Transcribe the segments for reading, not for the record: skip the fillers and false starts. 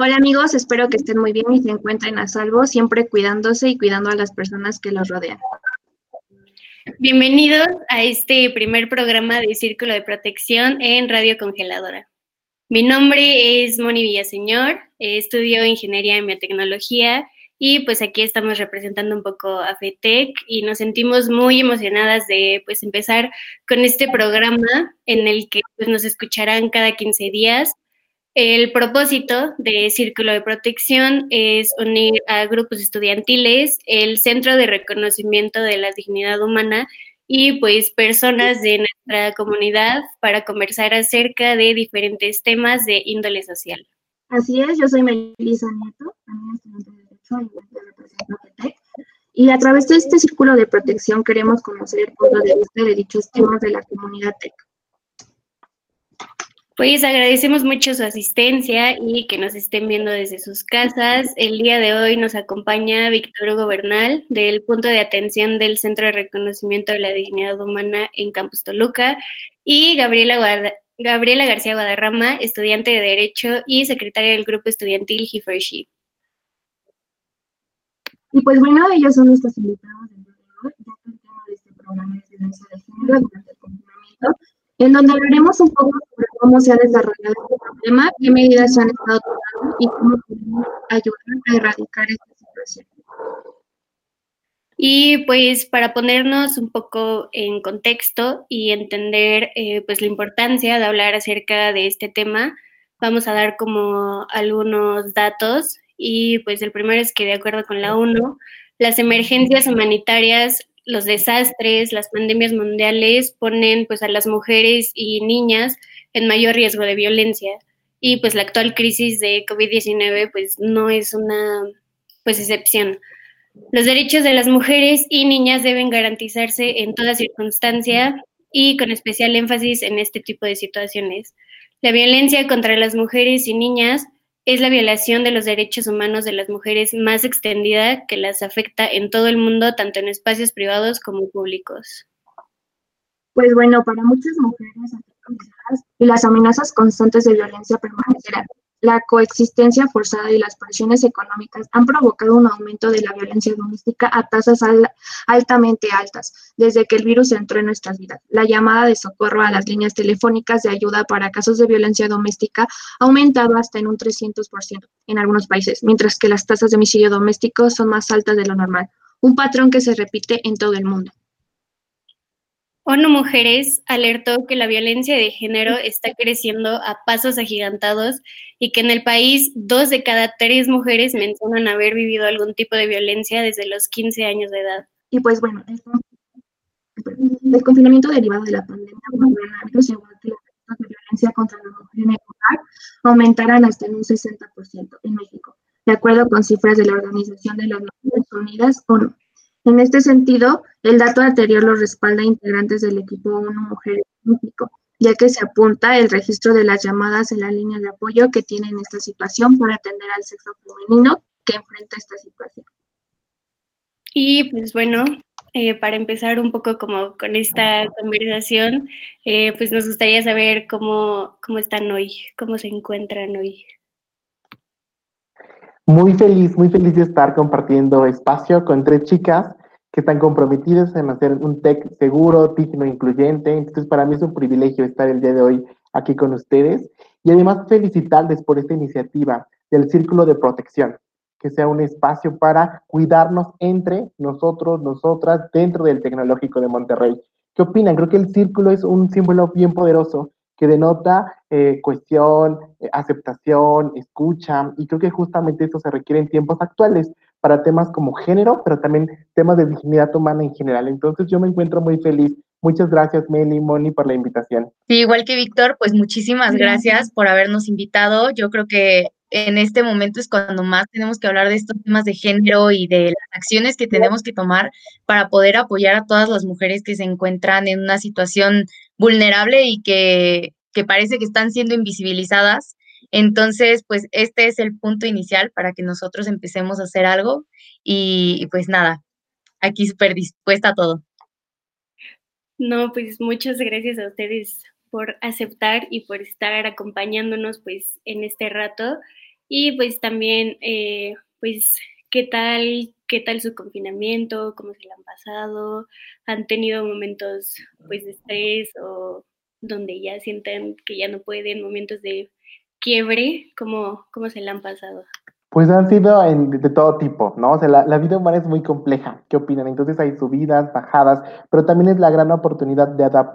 Hola amigos, espero que estén muy bien y se encuentren a salvo, siempre cuidándose y cuidando a las personas que los rodean. Bienvenidos a este primer programa de Círculo de Protección en Radio Congeladora. Mi nombre es Moni Villaseñor, estudio Ingeniería en Biotecnología y pues aquí estamos representando un poco a FETEC y nos sentimos muy emocionadas de pues empezar con este programa en el que pues, nos escucharán cada 15 días. El propósito de Círculo de Protección es unir a grupos estudiantiles, el Centro de Reconocimiento de la Dignidad Humana y pues personas de nuestra comunidad para conversar acerca de diferentes temas de índole social. Así es, yo soy Melissa Nieto, también estudiante de Derecho y represento a FETEC. Y a través de este círculo de protección queremos conocer el punto de vista de dichos temas de la comunidad TEC. Pues agradecemos mucho su asistencia y que nos estén viendo desde sus casas. El día de hoy nos acompaña Víctor Hugo Bernal, del punto de atención del Centro de Reconocimiento de la Dignidad Humana en Campus Toluca, y Gabriela García Guadarrama, estudiante de Derecho y secretaria del grupo estudiantil He4She. Y pues bueno, ellos son nuestros invitados del día de hoy, ya que el tema de este programa es violencia de género durante el confinamiento, en donde hablaremos un poco sobre cómo se ha desarrollado este problema, qué medidas se han estado tomando y cómo podemos ayudar a erradicar esta situación. Y pues para ponernos un poco en contexto y entender pues la importancia de hablar acerca de este tema, vamos a dar como algunos datos y pues el primero es que de acuerdo con la ONU, las emergencias humanitarias, los desastres, las pandemias mundiales ponen pues a las mujeres y niñas en mayor riesgo de violencia y pues la actual crisis de COVID-19 pues no es una pues excepción. Los derechos de las mujeres y niñas deben garantizarse en toda circunstancia y con especial énfasis en este tipo de situaciones. La violencia contra las mujeres y niñas es la violación de los derechos humanos de las mujeres más extendida que las afecta en todo el mundo, tanto en espacios privados como públicos. Pues bueno, para muchas mujeres aterrorizadas y las amenazas constantes de violencia permanecerán. La coexistencia forzada y las presiones económicas han provocado un aumento de la violencia doméstica a tasas altamente altas desde que el virus entró en nuestras vidas. La llamada de socorro a las líneas telefónicas de ayuda para casos de violencia doméstica ha aumentado hasta en un 300% en algunos países, mientras que las tasas de homicidio doméstico son más altas de lo normal, un patrón que se repite en todo el mundo. ONU Mujeres alertó que la violencia de género está creciendo a pasos agigantados y que en el país 2 de cada 3 mujeres mencionan haber vivido algún tipo de violencia desde los 15 años de edad. Y pues bueno, el confinamiento derivado de la pandemia por coronavirus, igual que las tasas de violencia contra la mujer en el hogar, aumentarán hasta en un 60% en México, de acuerdo con cifras de la Organización de las Naciones Unidas, ONU. En este sentido, el dato anterior lo respalda integrantes del equipo ONU Mujeres en México, ya que se apunta el registro de las llamadas en la línea de apoyo que tienen esta situación para atender al sexo femenino que enfrenta esta situación. Y pues bueno, para empezar un poco como con esta conversación, pues nos gustaría saber cómo están hoy, cómo se encuentran hoy. Muy feliz de estar compartiendo espacio con 3 chicas que están comprometidas en hacer un TEC seguro, digno, incluyente. Entonces, para mí es un privilegio estar el día de hoy aquí con ustedes y además felicitarles por esta iniciativa del Círculo de Protección, que sea un espacio para cuidarnos entre nosotros, nosotras, dentro del Tecnológico de Monterrey. ¿Qué opinan? Creo que el círculo es un símbolo bien poderoso que denota cohesión, aceptación, escucha, y creo que justamente esto se requiere en tiempos actuales para temas como género, pero también temas de dignidad humana en general. Entonces yo me encuentro muy feliz. Muchas gracias, Meli y Moni, por la invitación. Sí, igual que Víctor, pues muchísimas gracias por habernos invitado. Yo creo que en este momento es cuando más tenemos que hablar de estos temas de género y de las acciones que tenemos que tomar para poder apoyar a todas las mujeres que se encuentran en una situación vulnerable y que parece que están siendo invisibilizadas. Entonces, pues este es el punto inicial para que nosotros empecemos a hacer algo y pues nada, aquí súper dispuesta a todo. No, pues muchas gracias a ustedes por aceptar y por estar acompañándonos pues en este rato. y pues también, pues, qué tal su confinamiento, cómo se lo han pasado, han tenido momentos, pues, de estrés o donde ya sientan que ya no pueden, momentos de quiebre, cómo se la han pasado. Pues han sido de todo tipo, ¿no? O sea, la vida humana es muy compleja. ¿Qué opinan? Entonces hay subidas, bajadas, pero también es la gran oportunidad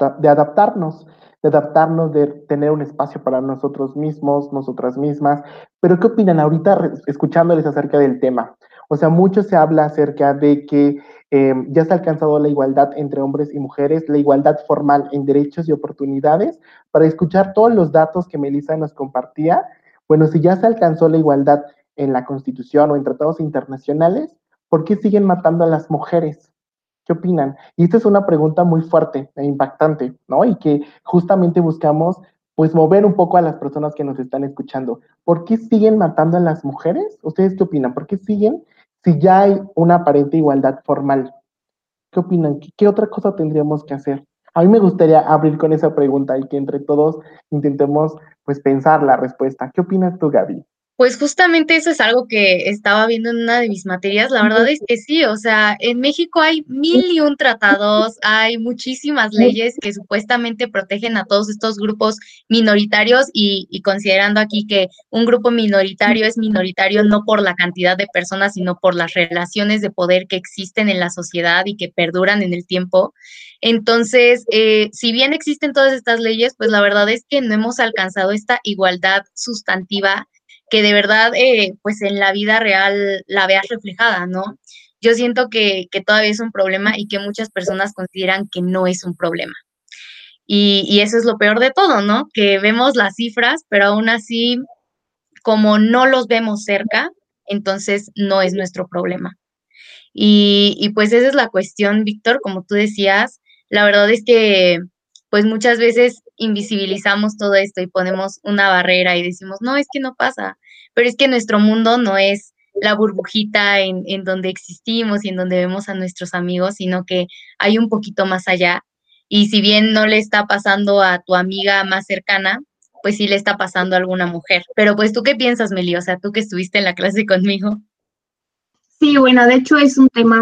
de adaptarnos, de tener un espacio para nosotros mismos, nosotras mismas. Pero ¿qué opinan ahorita escuchándoles acerca del tema? O sea, mucho se habla acerca de que ya se ha alcanzado la igualdad entre hombres y mujeres, la igualdad formal en derechos y oportunidades. Para escuchar todos los datos que Melissa nos compartía, bueno, si ya se alcanzó la igualdad en la Constitución o en tratados internacionales, ¿por qué siguen matando a las mujeres? ¿Qué opinan? Y esta es una pregunta muy fuerte e impactante, ¿no? Y que justamente buscamos, pues, mover un poco a las personas que nos están escuchando. ¿Por qué siguen matando a las mujeres? ¿Ustedes qué opinan? ¿Por qué siguen si ya hay una aparente igualdad formal? ¿Qué opinan? ¿Qué otra cosa tendríamos que hacer? A mí me gustaría abrir con esa pregunta y que entre todos intentemos, pues, pensar la respuesta. ¿Qué opinas tú, Gaby? Pues justamente eso es algo que estaba viendo en una de mis materias. La verdad es que sí, o sea, en México hay mil y un tratados, hay muchísimas leyes que supuestamente protegen a todos estos grupos minoritarios y considerando aquí que un grupo minoritario es minoritario no por la cantidad de personas, sino por las relaciones de poder que existen en la sociedad y que perduran en el tiempo. Entonces, si bien existen todas estas leyes, pues la verdad es que no hemos alcanzado esta igualdad sustantiva que de verdad, pues en la vida real la veas reflejada, ¿no? Yo siento que todavía es un problema y que muchas personas consideran que no es un problema. Y eso es lo peor de todo, ¿no? Que vemos las cifras, pero aún así, como no los vemos cerca, entonces no es nuestro problema. Y pues esa es la cuestión, Víctor, como tú decías, la verdad es que pues muchas veces invisibilizamos todo esto y ponemos una barrera y decimos, no, es que no pasa, pero es que nuestro mundo no es la burbujita en donde existimos y en donde vemos a nuestros amigos, sino que hay un poquito más allá. Y si bien no le está pasando a tu amiga más cercana, pues sí le está pasando a alguna mujer. Pero pues tú qué piensas, Meli, o sea, tú que estuviste en la clase conmigo. Sí, bueno, de hecho es un tema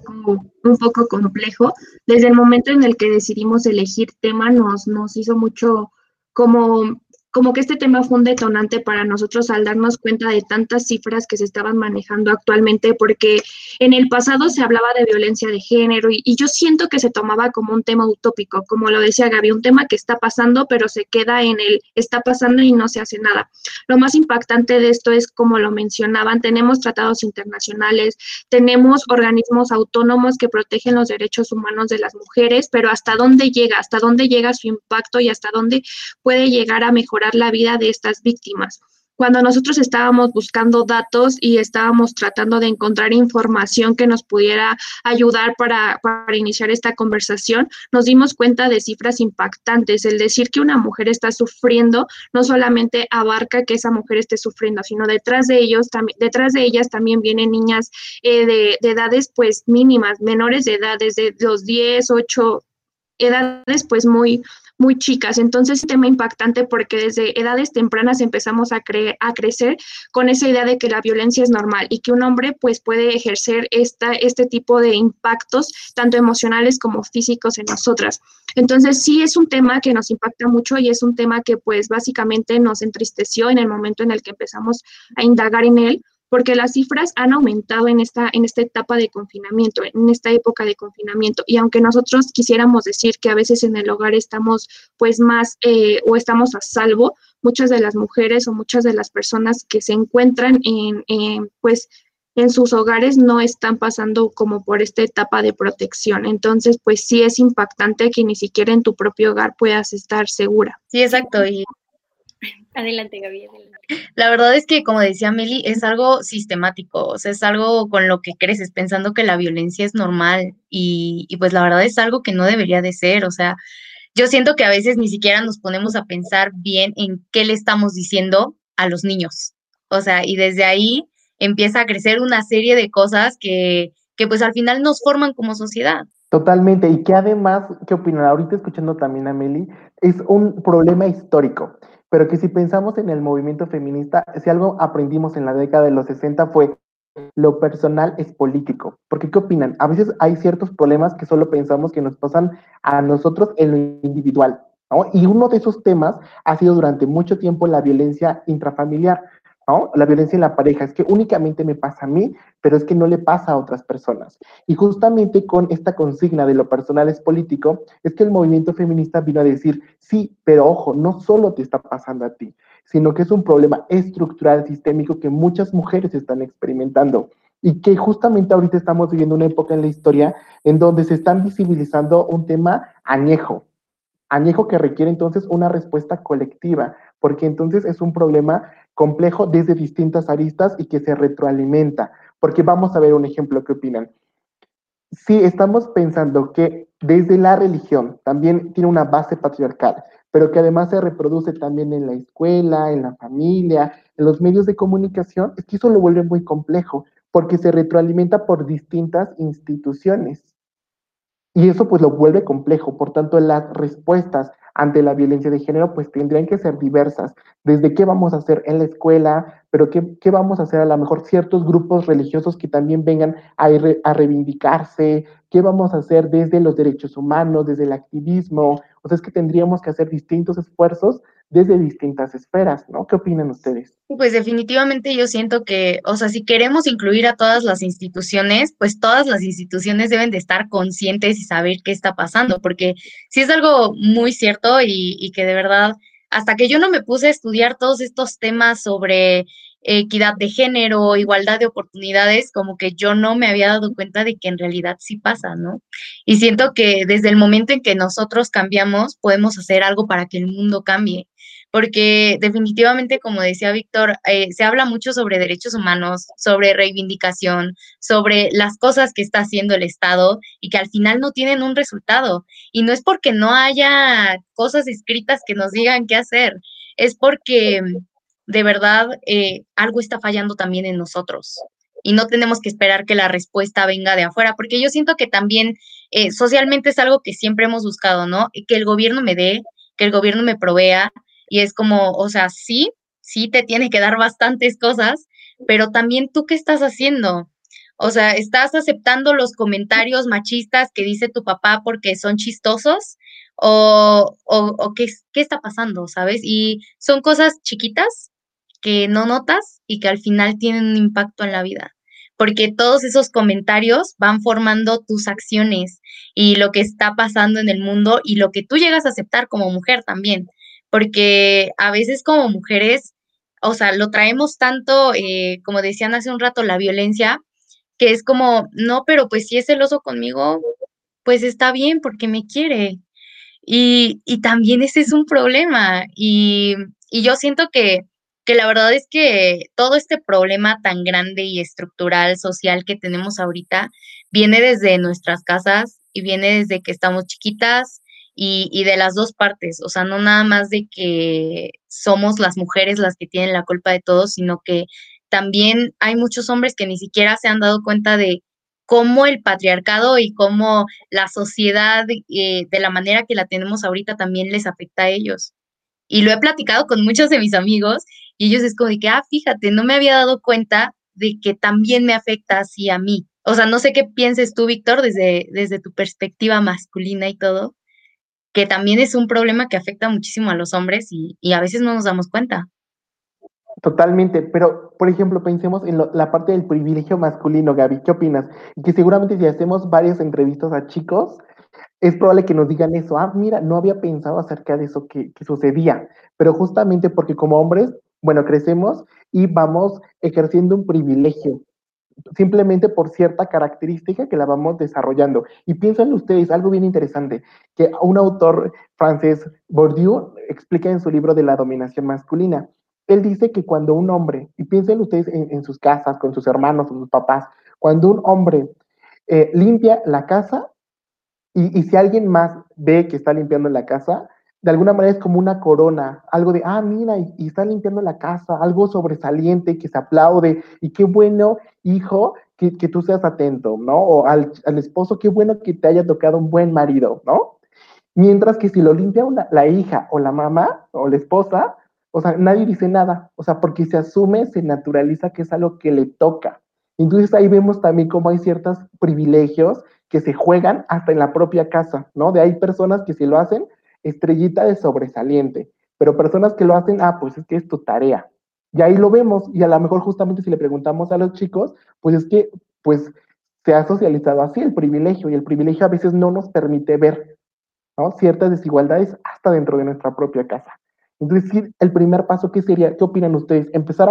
un poco complejo. Desde el momento en el que decidimos elegir tema, nos hizo mucho como, como que este tema fue un detonante para nosotros al darnos cuenta de tantas cifras que se estaban manejando actualmente, porque en el pasado se hablaba de violencia de género y yo siento que se tomaba como un tema utópico, como lo decía Gaby, un tema que está pasando, pero se queda en el está pasando y no se hace nada. Lo más impactante de esto es, como lo mencionaban, tenemos tratados internacionales, tenemos organismos autónomos que protegen los derechos humanos de las mujeres, pero hasta dónde llega su impacto y hasta dónde puede llegar a mejorar la vida de estas víctimas. Cuando nosotros estábamos buscando datos y estábamos tratando de encontrar información que nos pudiera ayudar para iniciar esta conversación, nos dimos cuenta de cifras impactantes. El decir que una mujer está sufriendo no solamente abarca que esa mujer esté sufriendo, sino detrás de ellas también vienen niñas de edades pues mínimas, menores de edad, desde los 10, 8 edades pues muy chicas. Entonces, es un tema impactante porque desde edades tempranas empezamos a crecer con esa idea de que la violencia es normal y que un hombre pues puede ejercer este tipo de impactos, tanto emocionales como físicos en nosotras. Entonces, sí es un tema que nos impacta mucho y es un tema que pues básicamente nos entristeció en el momento en el que empezamos a indagar en él, porque las cifras han aumentado en esta etapa de confinamiento, en esta época de confinamiento. Y aunque nosotros quisiéramos decir que a veces en el hogar estamos pues más o estamos a salvo, muchas de las mujeres o muchas de las personas que se encuentran pues en sus hogares no están pasando como por esta etapa de protección. Entonces, pues sí es impactante que ni siquiera en tu propio hogar puedas estar segura. Sí, exacto. Y Adelante, Gaby, adelante. la verdad es que, como decía Meli, es algo sistemático, o sea, es algo con lo que creces pensando que la violencia es normal y pues la verdad es algo que no debería de ser, o sea, yo siento que a veces ni siquiera nos ponemos a pensar bien en qué le estamos diciendo a los niños, o sea, y desde ahí empieza a crecer una serie de cosas que pues al final nos forman como sociedad. Totalmente, y que además, ¿qué opinan? Ahorita escuchando también a Meli, es un problema histórico. pero que si pensamos en el movimiento feminista, si algo aprendimos en la década de los 60 fue lo personal es político. Porque, ¿qué opinan? A veces hay ciertos problemas que solo pensamos que nos pasan a nosotros en lo individual, ¿no? Y uno de esos temas ha sido durante mucho tiempo la violencia intrafamiliar, ¿no? La violencia en la pareja. Es que únicamente me pasa a mí, pero es que no le pasa a otras personas. Y justamente con esta consigna de lo personal es político, es que el movimiento feminista vino a decir, sí, pero ojo, no solo te está pasando a ti, sino que es un problema estructural, sistémico que muchas mujeres están experimentando y que justamente ahorita estamos viviendo una época en la historia en donde se están visibilizando un tema añejo que requiere entonces una respuesta colectiva, porque entonces es un problema complejo desde distintas aristas y que se retroalimenta, porque vamos a ver un ejemplo, ¿qué opinan? Si estamos pensando que desde la religión también tiene una base patriarcal, pero que además se reproduce también en la escuela, en la familia, en los medios de comunicación, es que eso lo vuelve muy complejo, porque se retroalimenta por distintas instituciones. Y eso pues lo vuelve complejo, por tanto las respuestas ante la violencia de género pues tendrían que ser diversas, desde qué vamos a hacer en la escuela, pero qué vamos a hacer a lo mejor ciertos grupos religiosos que también vengan a reivindicarse, qué vamos a hacer desde los derechos humanos, desde el activismo, o sea es que tendríamos que hacer distintos esfuerzos desde distintas esferas, ¿no? ¿Qué opinan ustedes? Pues definitivamente yo siento que, o sea, si queremos incluir a todas las instituciones, pues todas las instituciones deben de estar conscientes y saber qué está pasando, porque sí es algo muy cierto y que de verdad, hasta que yo no me puse a estudiar todos estos temas sobre equidad de género, igualdad de oportunidades, como que yo no me había dado cuenta de que en realidad sí pasa, ¿no? Y siento que desde el momento en que nosotros cambiamos, podemos hacer algo para que el mundo cambie porque definitivamente, como decía Víctor, se habla mucho sobre derechos humanos, sobre reivindicación, sobre las cosas que está haciendo el Estado y que al final no tienen un resultado. Y no es porque no haya cosas escritas que nos digan qué hacer, es porque de verdad algo está fallando también en nosotros. Y no tenemos que esperar que la respuesta venga de afuera, porque yo siento que también socialmente es algo que siempre hemos buscado, ¿no? Que el gobierno me dé, que el gobierno me provea, y es como, o sea, sí, sí te tiene que dar bastantes cosas, pero también tú qué estás haciendo. O sea, ¿estás aceptando los comentarios machistas que dice tu papá porque son chistosos? ¿O qué está pasando, sabes? Y son cosas chiquitas que no notas y que al final tienen un impacto en la vida. Porque todos esos comentarios van formando tus acciones y lo que está pasando en el mundo y lo que tú llegas a aceptar como mujer también porque a veces como mujeres, o sea, lo traemos tanto, como decían hace un rato, la violencia, que es como, no, pero pues si es celoso conmigo, pues está bien porque me quiere. Y también ese es un problema. Y yo siento que la verdad es que todo este problema tan grande y estructural, social que tenemos ahorita, viene desde nuestras casas y viene desde que estamos chiquitas y de las dos partes. O sea, no nada más de que somos las mujeres las que tienen la culpa de todo, sino que también hay muchos hombres que ni siquiera se han dado cuenta de cómo el patriarcado y cómo la sociedad de la manera que la tenemos ahorita también les afecta a ellos. Y lo he platicado con muchos de mis amigos y ellos es como de que, fíjate, no me había dado cuenta de que también me afecta así a mí. O sea, no sé qué pienses tú, Víctor, desde tu perspectiva masculina y todo, que también es un problema que afecta muchísimo a los hombres y a veces no nos damos cuenta. Totalmente, pero por ejemplo, pensemos en la parte del privilegio masculino, Gaby, ¿qué opinas? Que seguramente si hacemos varias entrevistas a chicos, es probable que nos digan eso, mira, no había pensado acerca de eso que sucedía, pero justamente porque como hombres, bueno, crecemos y vamos ejerciendo un privilegio, simplemente por cierta característica que la vamos desarrollando. Y piensen ustedes, algo bien interesante, que un autor francés, Bourdieu, explica en su libro de la dominación masculina. Él dice que cuando un hombre, y piensen ustedes en sus casas, con sus hermanos o sus papás, cuando un hombre limpia la casa, y si alguien más ve que está limpiando la casa, de alguna manera es como una corona, algo de, mira, y está limpiando la casa, algo sobresaliente que se aplaude, y qué bueno, hijo, que tú seas atento, ¿no? O al esposo, qué bueno que te haya tocado un buen marido, ¿no? Mientras que si lo limpia la hija o la mamá o la esposa, O sea, nadie dice nada, o sea, porque se asume, se naturaliza que es algo que le toca. Entonces ahí vemos también cómo hay ciertos privilegios que se juegan hasta en la propia casa, ¿no? De hay personas que si lo hacen, estrellita de sobresaliente, pero personas que lo hacen, pues es que es tu tarea. Y ahí lo vemos, y a lo mejor justamente si le preguntamos a los chicos, pues es que, pues se ha socializado así el privilegio, y el privilegio a veces no nos permite ver, ¿no? Ciertas desigualdades hasta dentro de nuestra propia casa. Entonces, sí, el primer paso, ¿qué sería? ¿Qué opinan ustedes? Empezar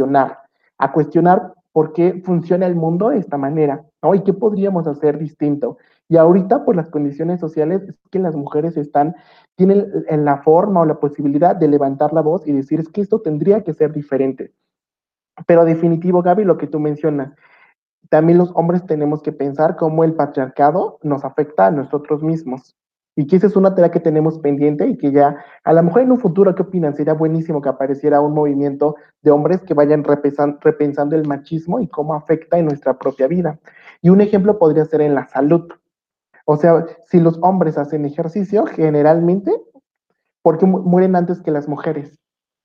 a cuestionar por qué funciona el mundo de esta manera, ¿no? Y qué podríamos hacer distinto. Y ahorita, por las condiciones sociales, es que las mujeres tienen en la forma o la posibilidad de levantar la voz y decir, es que esto tendría que ser diferente. Pero definitivo, Gaby, lo que tú mencionas, también los hombres tenemos que pensar cómo el patriarcado nos afecta a nosotros mismos. Y que esa es una tarea que tenemos pendiente y que ya, a lo mejor en un futuro, ¿qué opinan? Sería buenísimo que apareciera un movimiento de hombres que vayan repensando el machismo y cómo afecta en nuestra propia vida. Y un ejemplo podría ser en la salud. O sea, si los hombres hacen ejercicio, generalmente, ¿por qué mueren antes que las mujeres?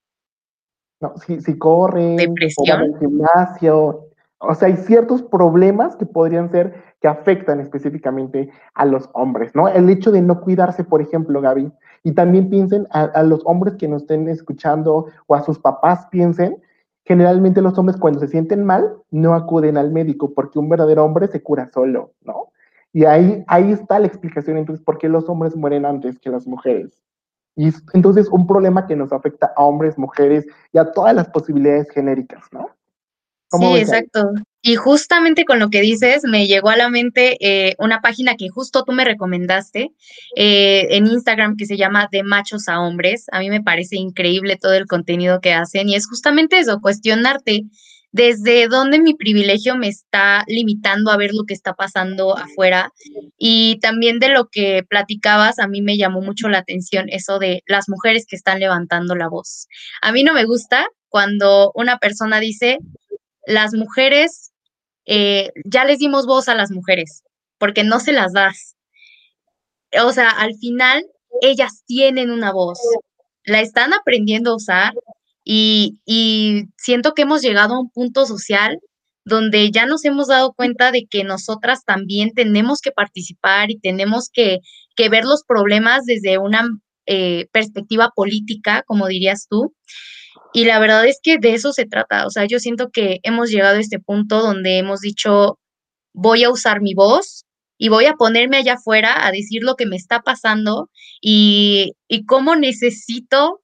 No, si corren o van Depresión. al gimnasio, o sea, hay ciertos problemas que podrían ser que afectan específicamente a los hombres, ¿no? El hecho de no cuidarse, por ejemplo, Gaby, y también piensen a los hombres que nos estén escuchando o a sus papás piensen, generalmente los hombres cuando se sienten mal no acuden al médico porque un verdadero hombre se cura solo, ¿no? Y ahí está la explicación entonces por qué los hombres mueren antes que las mujeres. Y es entonces un problema que nos afecta a hombres, mujeres y a todas las posibilidades genéricas, ¿no? ¿Cómo Sí, ves ahí? exacto. Y justamente con lo que dices, me llegó a la mente una página que justo tú me recomendaste en Instagram que se llama De Machos a Hombres. A mí me parece increíble todo el contenido que hacen y es justamente eso, cuestionarte desde dónde mi privilegio me está limitando a ver lo que está pasando afuera. Y también de lo que platicabas, a mí me llamó mucho la atención eso de las mujeres que están levantando la voz. A mí no me gusta cuando una persona dice las mujeres, ya les dimos voz a las mujeres, porque no se las das. O sea, al final ellas tienen una voz, la están aprendiendo a usar y siento que hemos llegado a un punto social donde ya nos hemos dado cuenta de que nosotras también tenemos que participar y tenemos que ver los problemas desde una perspectiva política, como dirías tú, y la verdad es que de eso se trata. O sea, yo siento que hemos llegado a este punto donde hemos dicho, voy a usar mi voz y voy a ponerme allá afuera a decir lo que me está pasando y cómo necesito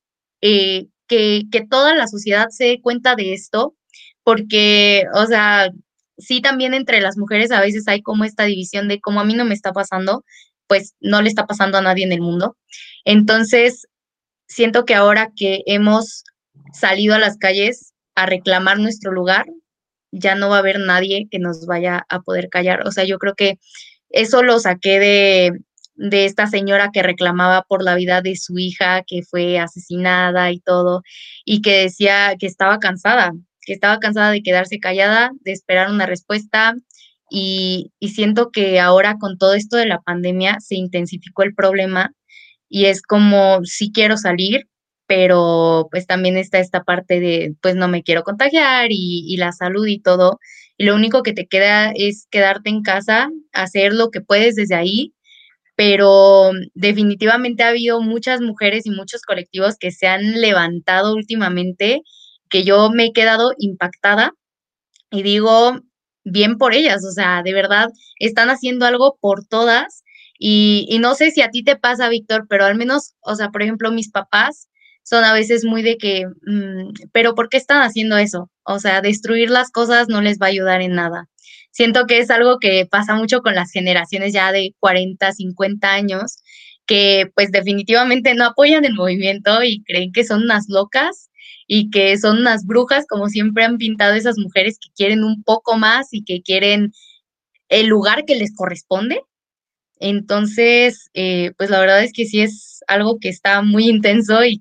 que toda la sociedad se dé cuenta de esto, porque, o sea, sí también entre las mujeres a veces hay como esta división de como a mí no me está pasando, pues no le está pasando a nadie en el mundo. Entonces, siento que ahora que hemos salido a las calles a reclamar nuestro lugar, ya no va a haber nadie que nos vaya a poder callar. O sea, yo creo que eso lo saqué de esta señora que reclamaba por la vida de su hija que fue asesinada y todo, y que decía que estaba cansada de quedarse callada, de esperar una respuesta. Y siento que ahora con todo esto de la pandemia se intensificó el problema y es como si quiero salir, pero pues también está esta parte de pues no me quiero contagiar y la salud y todo, y lo único que te queda es quedarte en casa, hacer lo que puedes desde ahí, pero definitivamente ha habido muchas mujeres y muchos colectivos que se han levantado últimamente, que yo me he quedado impactada y digo, bien por ellas, o sea, de verdad están haciendo algo por todas y no sé si a ti te pasa, Víctor, pero al menos, o sea, por ejemplo, mis papás son a veces muy de que, pero ¿por qué están haciendo eso? O sea, destruir las cosas no les va a ayudar en nada. Siento que es algo que pasa mucho con las generaciones ya de 40 50 años, que pues definitivamente no apoyan el movimiento y creen que son unas locas y que son unas brujas, como siempre han pintado esas mujeres que quieren un poco más y que quieren el lugar que les corresponde. Entonces, pues la verdad es que sí es algo que está muy intenso y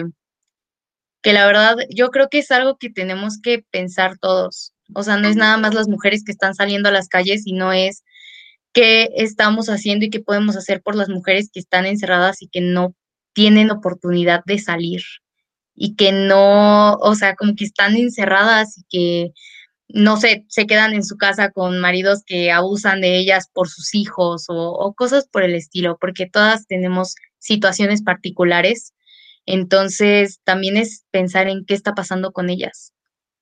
que la verdad yo creo que es algo que tenemos que pensar todos. O sea, no es nada más las mujeres que están saliendo a las calles, sino es qué estamos haciendo y qué podemos hacer por las mujeres que están encerradas y que no tienen oportunidad de salir. y que no, o sea, como que están encerradas y que, no sé, se quedan en su casa con maridos que abusan de ellas por sus hijos o cosas por el estilo, porque todas tenemos situaciones particulares. Entonces, también es pensar en qué está pasando con ellas.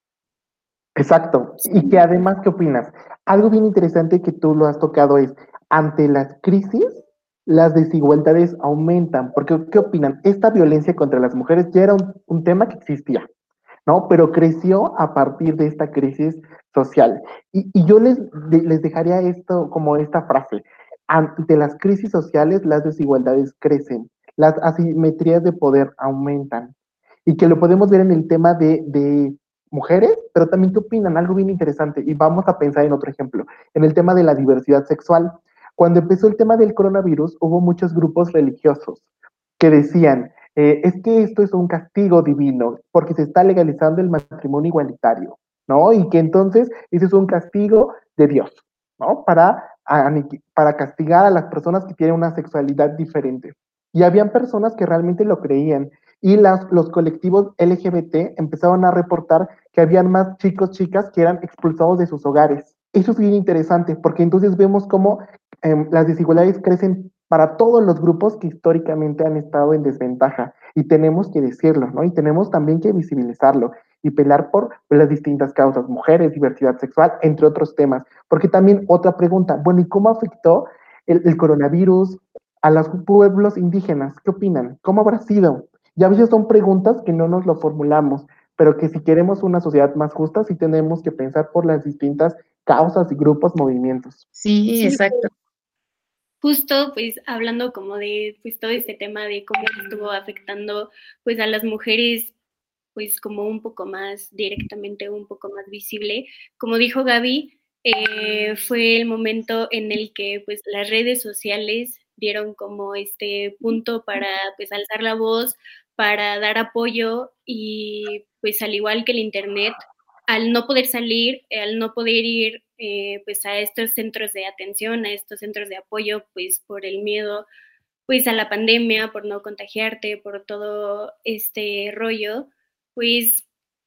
Exacto. Y que además, ¿qué opinas? Algo bien interesante que tú lo has tocado es, ante las crisis, las desigualdades aumentan. Porque, ¿qué opinan? Esta violencia contra las mujeres ya era un tema que existía, ¿no? Pero creció a partir de esta crisis social. Y yo les dejaría esto como esta frase. Ante las crisis sociales, las desigualdades crecen, las asimetrías de poder aumentan. Y que lo podemos ver en el tema de mujeres, pero también qué opinan, algo bien interesante. Y vamos a pensar en otro ejemplo, en el tema de la diversidad sexual. Cuando empezó el tema del coronavirus, hubo muchos grupos religiosos que decían, es que esto es un castigo divino, porque se está legalizando el matrimonio igualitario, ¿no? Y que entonces ese es un castigo de Dios, ¿no? Para castigar a las personas que tienen una sexualidad diferente. Y habían personas que realmente lo creían. Y los colectivos LGBT empezaron a reportar que habían más chicos, chicas que eran expulsados de sus hogares. Eso es bien interesante, porque entonces vemos cómo las desigualdades crecen para todos los grupos que históricamente han estado en desventaja. Y tenemos que decirlo, ¿no? Y tenemos también que visibilizarlo y pelear por las distintas causas, mujeres, diversidad sexual, entre otros temas. Porque también otra pregunta, bueno, ¿y cómo afectó el coronavirus a los pueblos indígenas? ¿Qué opinan? ¿Cómo habrá sido? Y a veces son preguntas que no nos lo formulamos, pero que si queremos una sociedad más justa, sí tenemos que pensar por las distintas causas y grupos, movimientos. Sí, Sí, exacto. justo pues hablando como de pues todo este tema de cómo estuvo afectando pues a las mujeres pues como un poco más directamente, un poco más visible. Como dijo Gaby, fue el momento en el que pues las redes sociales dieron como este punto para pues alzar la voz, para dar apoyo y pues al igual que el internet, al no poder salir, al no poder ir pues a estos centros de atención, a estos centros de apoyo, pues por el miedo pues a la pandemia, por no contagiarte, por todo este rollo, pues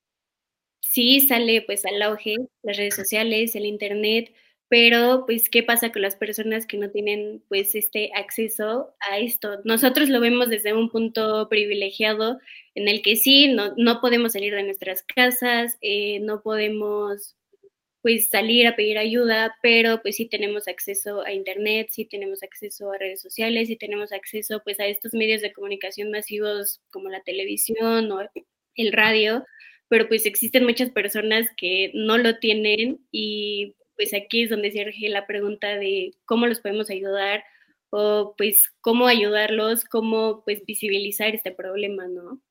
sí sale pues al auge las redes sociales, el internet, pero pues qué pasa con las personas que no tienen pues este acceso a esto. Nosotros lo vemos desde un punto privilegiado en el que sí, no podemos salir de nuestras casas, no podemos pues salir a pedir ayuda, pero pues sí tenemos acceso a internet, sí tenemos acceso a redes sociales, sí tenemos acceso pues a estos medios de comunicación masivos como la televisión o el radio, pero pues existen muchas personas que no lo tienen y pues aquí es donde surge la pregunta de cómo los podemos ayudar o pues cómo ayudarlos, cómo pues visibilizar este problema, ¿no?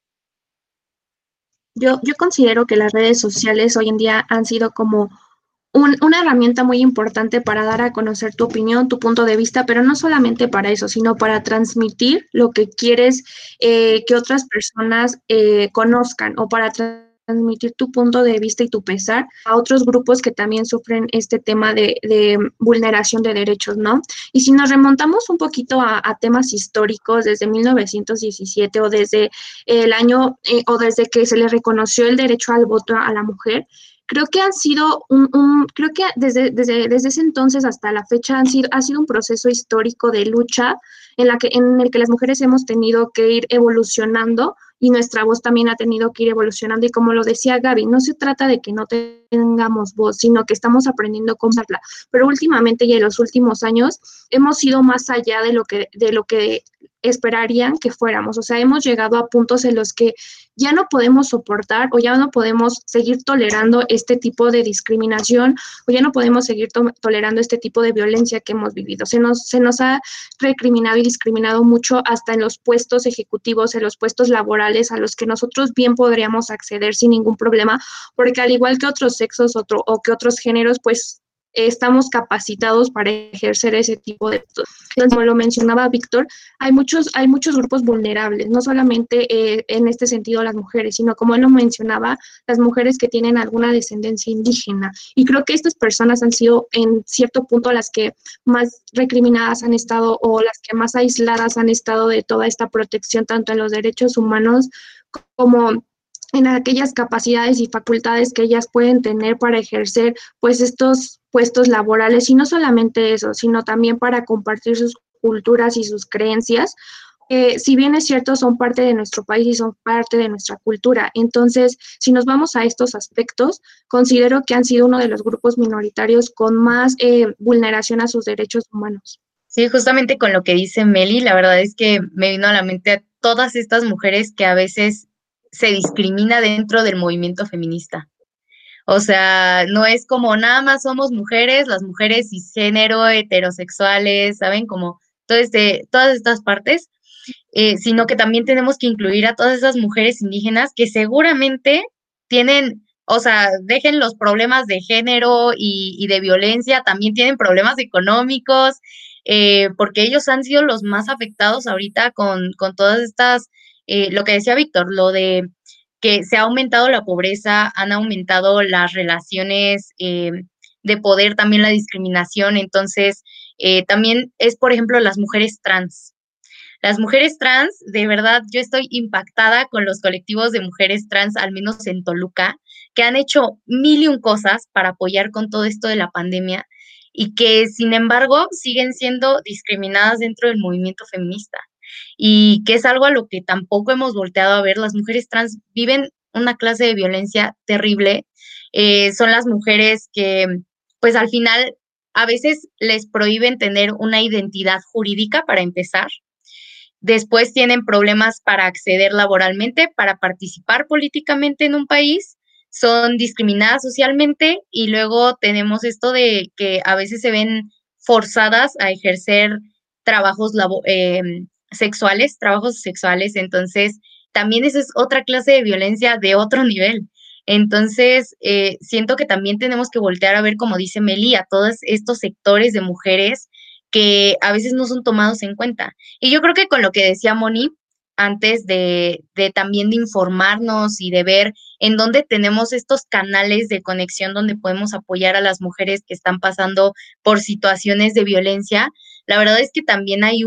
Yo considero que las redes sociales hoy en día han sido como una herramienta muy importante para dar a conocer tu opinión, tu punto de vista, pero no solamente para eso, sino para transmitir lo que quieres que otras personas conozcan o para transmitir tu punto de vista y tu pesar a otros grupos que también sufren este tema de vulneración de derechos, ¿no? Y si nos remontamos un poquito a temas históricos desde 1917 o desde el año o desde que se le reconoció el derecho al voto a la mujer, creo que han sido creo que desde ese entonces hasta la fecha ha sido un proceso histórico de lucha en el que las mujeres hemos tenido que ir evolucionando y nuestra voz también ha tenido que ir evolucionando. Y como lo decía Gaby, no se trata de que no tengamos voz, sino que estamos aprendiendo cómo usarla. Pero últimamente y en los últimos años hemos ido más allá de lo que esperarían que fuéramos. O sea, hemos llegado a puntos en los que ya no podemos soportar o ya no podemos seguir tolerando este tipo de discriminación o ya no podemos seguir tolerando este tipo de violencia que hemos vivido. Se nos ha recriminado y discriminado mucho hasta en los puestos ejecutivos, en los puestos laborales a los que nosotros bien podríamos acceder sin ningún problema, porque al igual que otros sexos o que otros géneros, pues estamos capacitados para ejercer ese tipo de... Entonces, como lo mencionaba Víctor, hay muchos grupos vulnerables, no solamente en este sentido las mujeres, sino como él lo mencionaba, las mujeres que tienen alguna descendencia indígena. Y creo que estas personas han sido en cierto punto las que más recriminadas han estado o las que más aisladas han estado de toda esta protección, tanto en los derechos humanos como en aquellas capacidades y facultades que ellas pueden tener para ejercer pues estos puestos laborales, y no solamente eso, sino también para compartir sus culturas y sus creencias, si bien es cierto, son parte de nuestro país y son parte de nuestra cultura. Entonces, si nos vamos a estos aspectos, considero que han sido uno de los grupos minoritarios con más vulneración a sus derechos humanos. Sí, justamente con lo que dice Meli, la verdad es que me vino a la mente a todas estas mujeres que a veces se discrimina dentro del movimiento feminista. O sea, no es como nada más somos mujeres, las mujeres cisgénero, heterosexuales, ¿saben? Como todas estas partes, sino que también tenemos que incluir a todas esas mujeres indígenas que seguramente tienen, o sea, dejen los problemas de género y de violencia, también tienen problemas económicos, porque ellos han sido los más afectados ahorita con todas estas, lo que decía Víctor, lo de que se ha aumentado la pobreza, han aumentado las relaciones de poder, también la discriminación. Entonces, también es, por ejemplo, las mujeres trans. Las mujeres trans, de verdad, yo estoy impactada con los colectivos de mujeres trans, al menos en Toluca, que han hecho mil y un cosas para apoyar con todo esto de la pandemia y que, sin embargo, siguen siendo discriminadas dentro del movimiento feminista. Y que es algo a lo que tampoco hemos volteado a ver. Las mujeres trans viven una clase de violencia terrible. Son las mujeres que, pues al final, a veces les prohíben tener una identidad jurídica para empezar. Después tienen problemas para acceder laboralmente, para participar políticamente en un país, son discriminadas socialmente y luego tenemos esto de que a veces se ven forzadas a ejercer trabajos sexuales, trabajos sexuales, entonces también esa es otra clase de violencia de otro nivel. Entonces, siento que también tenemos que voltear a ver, como dice Meli, a todos estos sectores de mujeres que a veces no son tomados en cuenta. Y yo creo que con lo que decía Moni, antes de también de informarnos y de ver en dónde tenemos estos canales de conexión donde podemos apoyar a las mujeres que están pasando por situaciones de violencia, la verdad es que también hay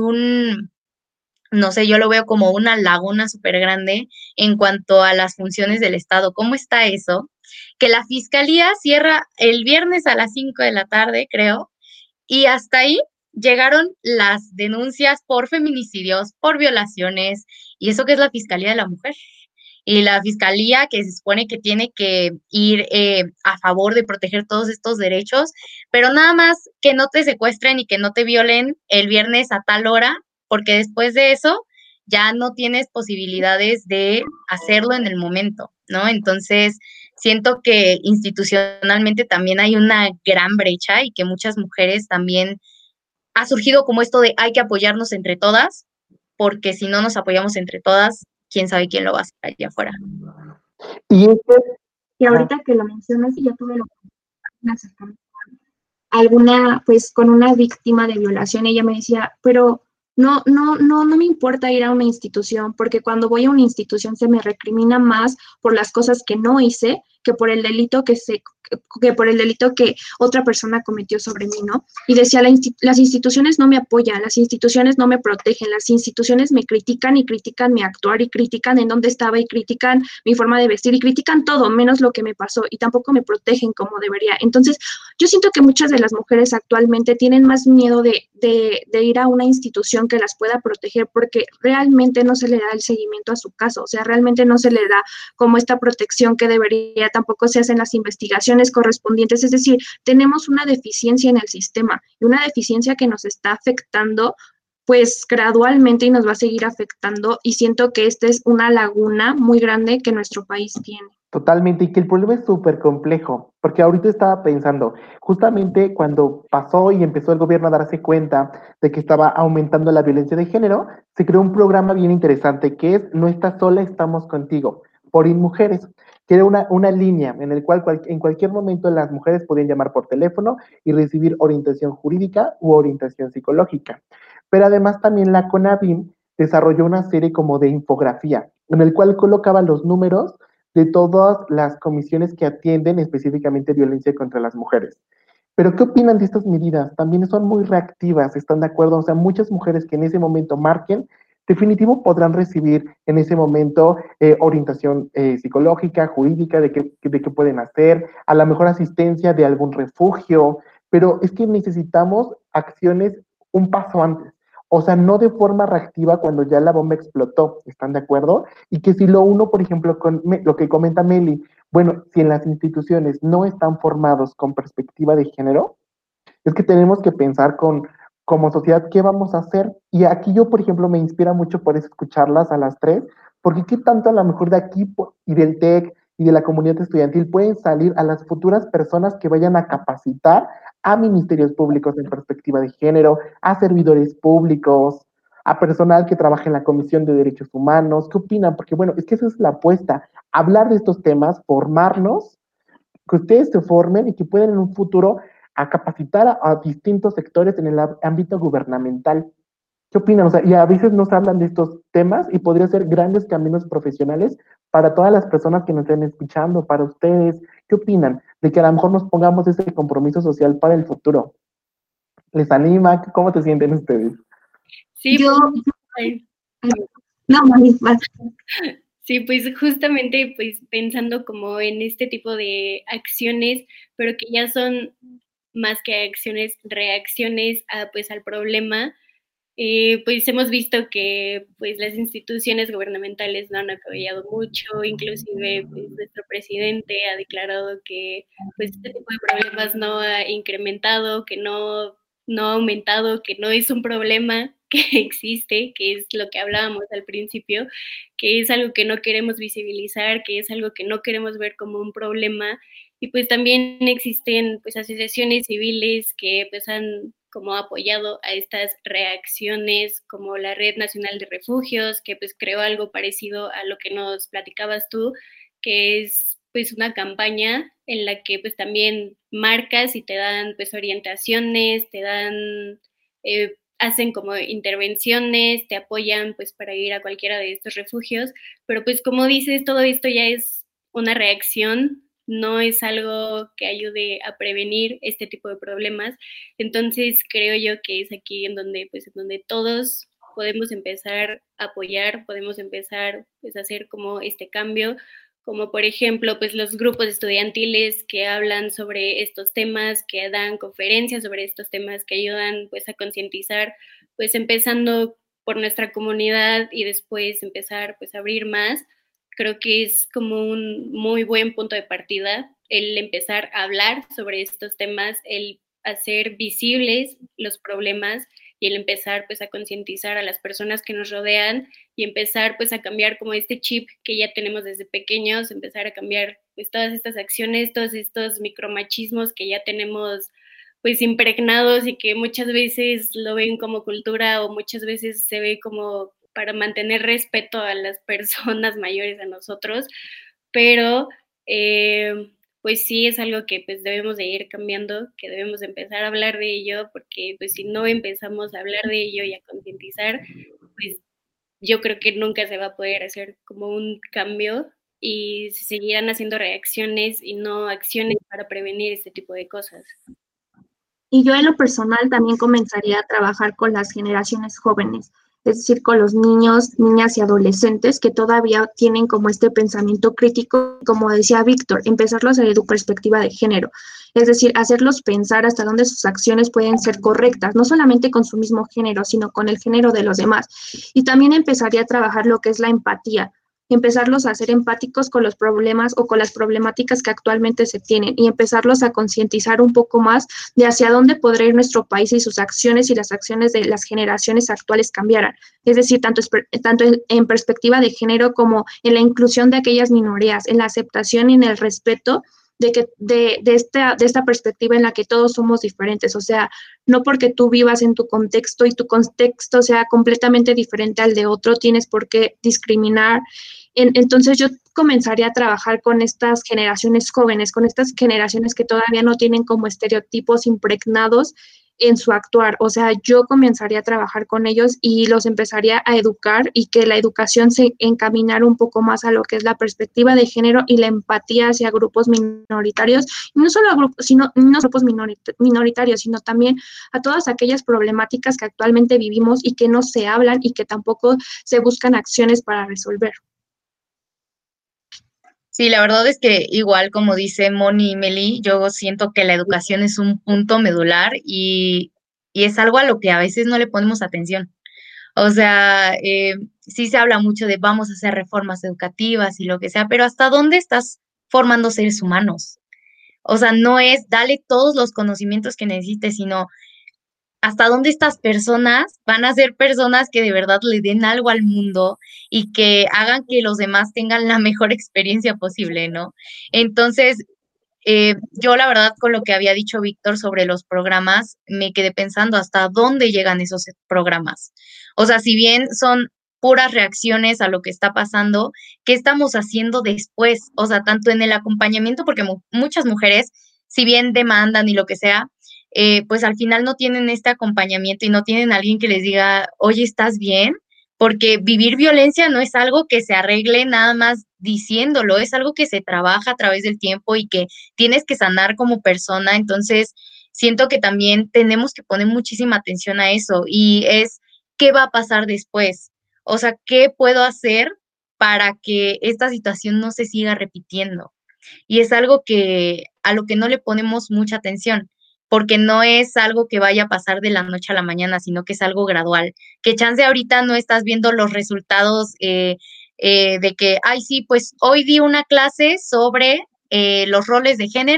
no sé, yo lo veo como una laguna súper grande en cuanto a las funciones del Estado. ¿Cómo está eso? Que la fiscalía cierra el viernes a las 5 de la tarde, creo, y hasta ahí llegaron las denuncias por feminicidios, por violaciones, y eso que es la Fiscalía de la Mujer. Y la Fiscalía que se supone que tiene que ir a favor de proteger todos estos derechos, pero nada más que no te secuestren y que no te violen el viernes a tal hora, porque después de eso ya no tienes posibilidades de hacerlo en el momento, ¿no? Entonces, siento que institucionalmente también hay una gran brecha y que muchas mujeres también ha surgido como esto de hay que apoyarnos entre todas, porque si no nos apoyamos entre todas, quién sabe quién lo va a hacer allá afuera. Y Y ahorita que lo mencionas, ya tuve un acercamiento alguna, pues con una víctima de violación, ella me decía, pero no me importa ir a una institución, porque cuando voy a una institución se me recrimina más por las cosas que no hice que por el delito que por el delito que otra persona cometió sobre mí, ¿no? Y decía, las instituciones no me apoyan, las instituciones no me protegen, las instituciones me critican y critican mi actuar y critican en dónde estaba y critican mi forma de vestir y critican todo, menos lo que me pasó y tampoco me protegen como debería. Entonces, yo siento que muchas de las mujeres actualmente tienen más miedo de ir a una institución que las pueda proteger porque realmente no se le da el seguimiento a su caso, o sea, realmente no se le da como esta protección que debería, tampoco se hacen las investigaciones correspondientes, es decir, tenemos una deficiencia en el sistema y una deficiencia que nos está afectando pues gradualmente y nos va a seguir afectando y siento que esta es una laguna muy grande que nuestro país tiene. totalmente, y que el problema es súper complejo, porque ahorita estaba pensando, justamente cuando pasó y empezó el gobierno a darse cuenta de que estaba aumentando la violencia de género, se creó un programa bien interesante que es No estás sola, estamos contigo, por InMujeres, que era una línea en el cual en cualquier momento las mujeres podían llamar por teléfono y recibir orientación jurídica u orientación psicológica. Pero además también la CONAVIM desarrolló una serie como de infografía, en el cual colocaba los números de todas las comisiones que atienden específicamente violencia contra las mujeres. Pero ¿qué opinan de estas medidas? También son muy reactivas, ¿están de acuerdo? O sea, muchas mujeres que en ese momento marquen definitivo podrán recibir en ese momento orientación psicológica, jurídica, de qué pueden hacer, a lo mejor asistencia de algún refugio, pero es que necesitamos acciones un paso antes. O sea, no de forma reactiva cuando ya la bomba explotó, ¿están de acuerdo? Y que si lo uno, por ejemplo, con lo que comenta Meli, bueno, si en las instituciones no están formados con perspectiva de género, es que tenemos que pensar como sociedad qué vamos a hacer. Y aquí yo, por ejemplo, me inspira mucho por eso escucharlas a las tres, porque qué tanto a lo mejor de aquí y del TEC y de la comunidad estudiantil pueden salir a las futuras personas que vayan a capacitar a ministerios públicos en perspectiva de género, a servidores públicos, a personal que trabaja en la Comisión de Derechos Humanos. ¿Qué opinan? Porque bueno, es que esa es la apuesta, hablar de estos temas, formarnos, que ustedes se formen y que puedan en un futuro a capacitar a distintos sectores en el ámbito gubernamental. ¿Qué opinan? O sea, y a veces nos hablan de estos temas y podría ser grandes caminos profesionales para todas las personas que nos estén escuchando, para ustedes. ¿Qué opinan? De que a lo mejor nos pongamos ese compromiso social para el futuro. ¿Les anima? ¿Cómo se sienten ustedes? Sí, Yo, pues, no, Mari, vas. sí, pues justamente pues pensando como en este tipo de acciones, pero que ya son más que acciones, reacciones a, pues, al problema, pues hemos visto que pues las instituciones gubernamentales no han apoyado mucho, inclusive pues, nuestro presidente ha declarado que pues este tipo de problemas no ha incrementado, que no ha aumentado, que no es un problema que existe, que es lo que hablábamos al principio, que es algo que no queremos visibilizar, que es algo que no queremos ver como un problema. Y pues también existen pues asociaciones civiles que pues han como apoyado a estas reacciones, como la Red Nacional de Refugios, que pues creó algo parecido a lo que nos platicabas tú, que es pues una campaña en la que pues también marcas y te dan pues orientaciones, te dan, hacen como intervenciones, te apoyan pues para ir a cualquiera de estos refugios, pero pues como dices, todo esto ya es una reacción, no es algo que ayude a prevenir este tipo de problemas. Entonces creo yo que es aquí en donde, pues, en donde todos podemos empezar a apoyar, podemos empezar pues, a hacer como este cambio, como por ejemplo pues los grupos estudiantiles que hablan sobre estos temas, que dan conferencias sobre estos temas, que ayudan pues a concientizar, pues empezando por nuestra comunidad y después empezar pues a abrir más. Creo que es como un muy buen punto de partida el empezar a hablar sobre estos temas, el hacer visibles los problemas y el empezar pues a concientizar a las personas que nos rodean y empezar pues a cambiar como este chip que ya tenemos desde pequeños, empezar a cambiar pues todas estas acciones, todos estos micromachismos que ya tenemos pues impregnados y que muchas veces lo ven como cultura o muchas veces se ve como para mantener respeto a las personas mayores a nosotros, pero pues sí es algo que pues debemos de ir cambiando, que debemos empezar a hablar de ello, porque pues si no empezamos a hablar de ello y a concientizar, pues yo creo que nunca se va a poder hacer como un cambio y se seguirán haciendo reacciones y no acciones para prevenir este tipo de cosas. Y yo en lo personal también comenzaría a trabajar con las generaciones jóvenes, es decir, con los niños, niñas y adolescentes que todavía tienen como este pensamiento crítico, como decía Víctor, empezarlos a desde tu perspectiva de género, es decir, hacerlos pensar hasta dónde sus acciones pueden ser correctas, no solamente con su mismo género, sino con el género de los demás. Y también empezaría a trabajar lo que es la empatía, empezarlos a ser empáticos con los problemas o con las problemáticas que actualmente se tienen y empezarlos a concientizar un poco más de hacia dónde podría ir nuestro país y sus acciones y las acciones de las generaciones actuales cambiaran. Es decir, tanto en perspectiva de género como en la inclusión de aquellas minorías, en la aceptación y en el respeto de esta perspectiva en la que todos somos diferentes, o sea, no porque tú vivas en tu contexto y tu contexto sea completamente diferente al de otro, tienes por qué discriminar. Entonces yo comenzaría a trabajar con estas generaciones jóvenes, con estas generaciones que todavía no tienen como estereotipos impregnados en su actuar. O sea, yo comenzaría a trabajar con ellos y los empezaría a educar y que la educación se encaminara un poco más a lo que es la perspectiva de género y la empatía hacia grupos minoritarios, y no solo a grupos, sino no grupos minoritarios, sino también a todas aquellas problemáticas que actualmente vivimos y que no se hablan y que tampoco se buscan acciones para resolver. Sí, la verdad es que igual como dice Moni y Meli, yo siento que la educación es un punto medular y es algo a lo que a veces no le ponemos atención. O sea, sí se habla mucho de vamos a hacer reformas educativas y lo que sea, pero ¿hasta dónde estás formando seres humanos? O sea, no es dale todos los conocimientos que necesites, sino hasta dónde estas personas van a ser personas que de verdad le den algo al mundo y que hagan que los demás tengan la mejor experiencia posible, ¿no? Entonces, yo la verdad con lo que había dicho Víctor sobre los programas, me quedé pensando hasta dónde llegan esos programas. O sea, si bien son puras reacciones a lo que está pasando, ¿qué estamos haciendo después? O sea, tanto en el acompañamiento, porque muchas mujeres, si bien demandan y lo que sea, pues al final no tienen este acompañamiento y no tienen a alguien que les diga, oye, ¿estás bien? Porque vivir violencia no es algo que se arregle nada más diciéndolo, es algo que se trabaja a través del tiempo y que tienes que sanar como persona. Entonces, siento que también tenemos que poner muchísima atención a eso y es, ¿qué va a pasar después? O sea, ¿qué puedo hacer para que esta situación no se siga repitiendo? Y es algo que a lo que no le ponemos mucha atención, porque no es algo que vaya a pasar de la noche a la mañana, sino que es algo gradual. Que chance ahorita no estás viendo los resultados de que, ay, sí, pues hoy di una clase sobre los roles de género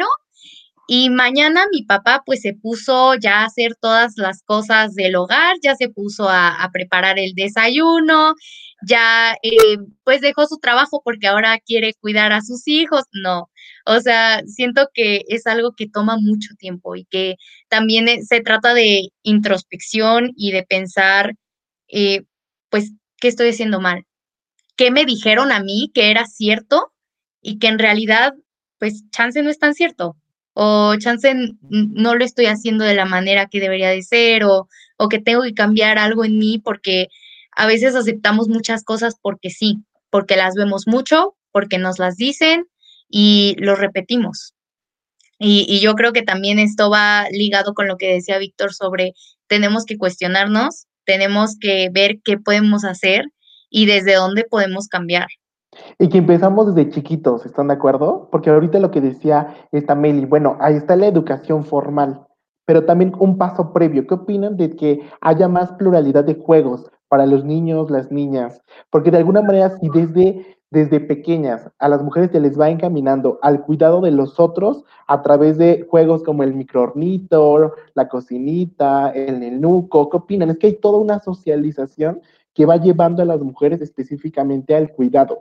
y mañana mi papá pues se puso ya a hacer todas las cosas del hogar, ya se puso a preparar el desayuno, ya pues dejó su trabajo porque ahora quiere cuidar a sus hijos. No, o sea, siento que es algo que toma mucho tiempo y que también se trata de introspección y de pensar, eh, pues, ¿qué estoy haciendo mal? ¿Qué me dijeron a mí que era cierto y que en realidad, pues, chance no es tan cierto? O chance no lo estoy haciendo de la manera que debería de ser, o que tengo que cambiar algo en mí porque a veces aceptamos muchas cosas porque sí, porque las vemos mucho, porque nos las dicen y lo repetimos. Y yo creo que también esto va ligado con lo que decía Víctor sobre tenemos que cuestionarnos, tenemos que ver qué podemos hacer y desde dónde podemos cambiar. Y que empezamos desde chiquitos, ¿están de acuerdo? Porque ahorita lo que decía esta Meli, bueno, ahí está la educación formal, pero también un paso previo. ¿Qué opinan de que haya más pluralidad de juegos para los niños, las niñas? Porque de alguna manera, si desde pequeñas a las mujeres se les va encaminando al cuidado de los otros a través de juegos como el microornito, la cocinita, el nenuco, ¿qué opinan? Es que hay toda una socialización que va llevando a las mujeres específicamente al cuidado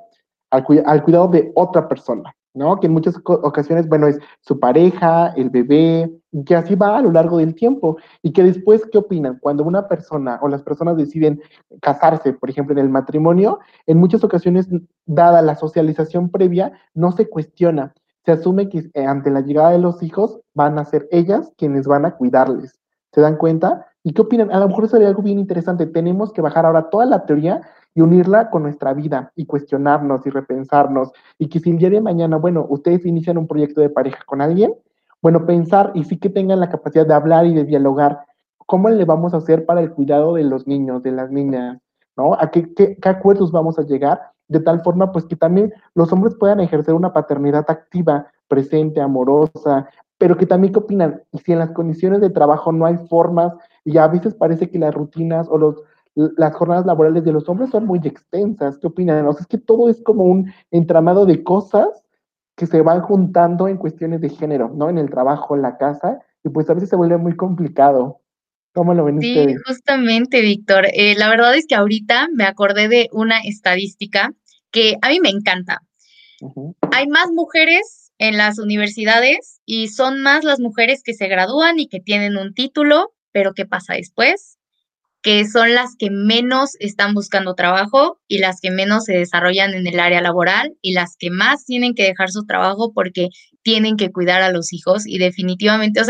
al cuidado de otra persona, ¿no? Que en muchas ocasiones, bueno, es su pareja, el bebé, y que así va a lo largo del tiempo. Y que después, ¿qué opinan? Cuando una persona o las personas deciden casarse, por ejemplo, en el matrimonio, en muchas ocasiones, dada la socialización previa, no se cuestiona. Se asume que ante la llegada de los hijos van a ser ellas quienes van a cuidarles. ¿Se dan cuenta? ¿Y qué opinan? A lo mejor sería algo bien interesante. Tenemos que bajar ahora toda la teoría y unirla con nuestra vida y cuestionarnos y repensarnos. Y que si el día de mañana, bueno, ustedes inician un proyecto de pareja con alguien, bueno, pensar y sí que tengan la capacidad de hablar y de dialogar. ¿Cómo le vamos a hacer para el cuidado de los niños, de las niñas? ¿No? ¿A qué acuerdos vamos a llegar? De tal forma, pues que también los hombres puedan ejercer una paternidad activa, presente, amorosa, pero que también, ¿qué opinan? Y si en las condiciones de trabajo no hay formas, y a veces parece que las rutinas o las jornadas laborales de los hombres son muy extensas. ¿Qué opinan? O sea, es que todo es como un entramado de cosas que se van juntando en cuestiones de género, ¿no? En el trabajo, en la casa, y pues a veces se vuelve muy complicado. ¿Cómo lo ven Sí, ustedes? justamente, Víctor. La verdad es que ahorita me acordé de una estadística que a mí me encanta. Ujú. Hay más mujeres en las universidades y son más las mujeres que se gradúan y que tienen un título, pero ¿qué pasa después? Que son las que menos están buscando trabajo y las que menos se desarrollan en el área laboral y las que más tienen que dejar su trabajo porque tienen que cuidar a los hijos y definitivamente, o sea,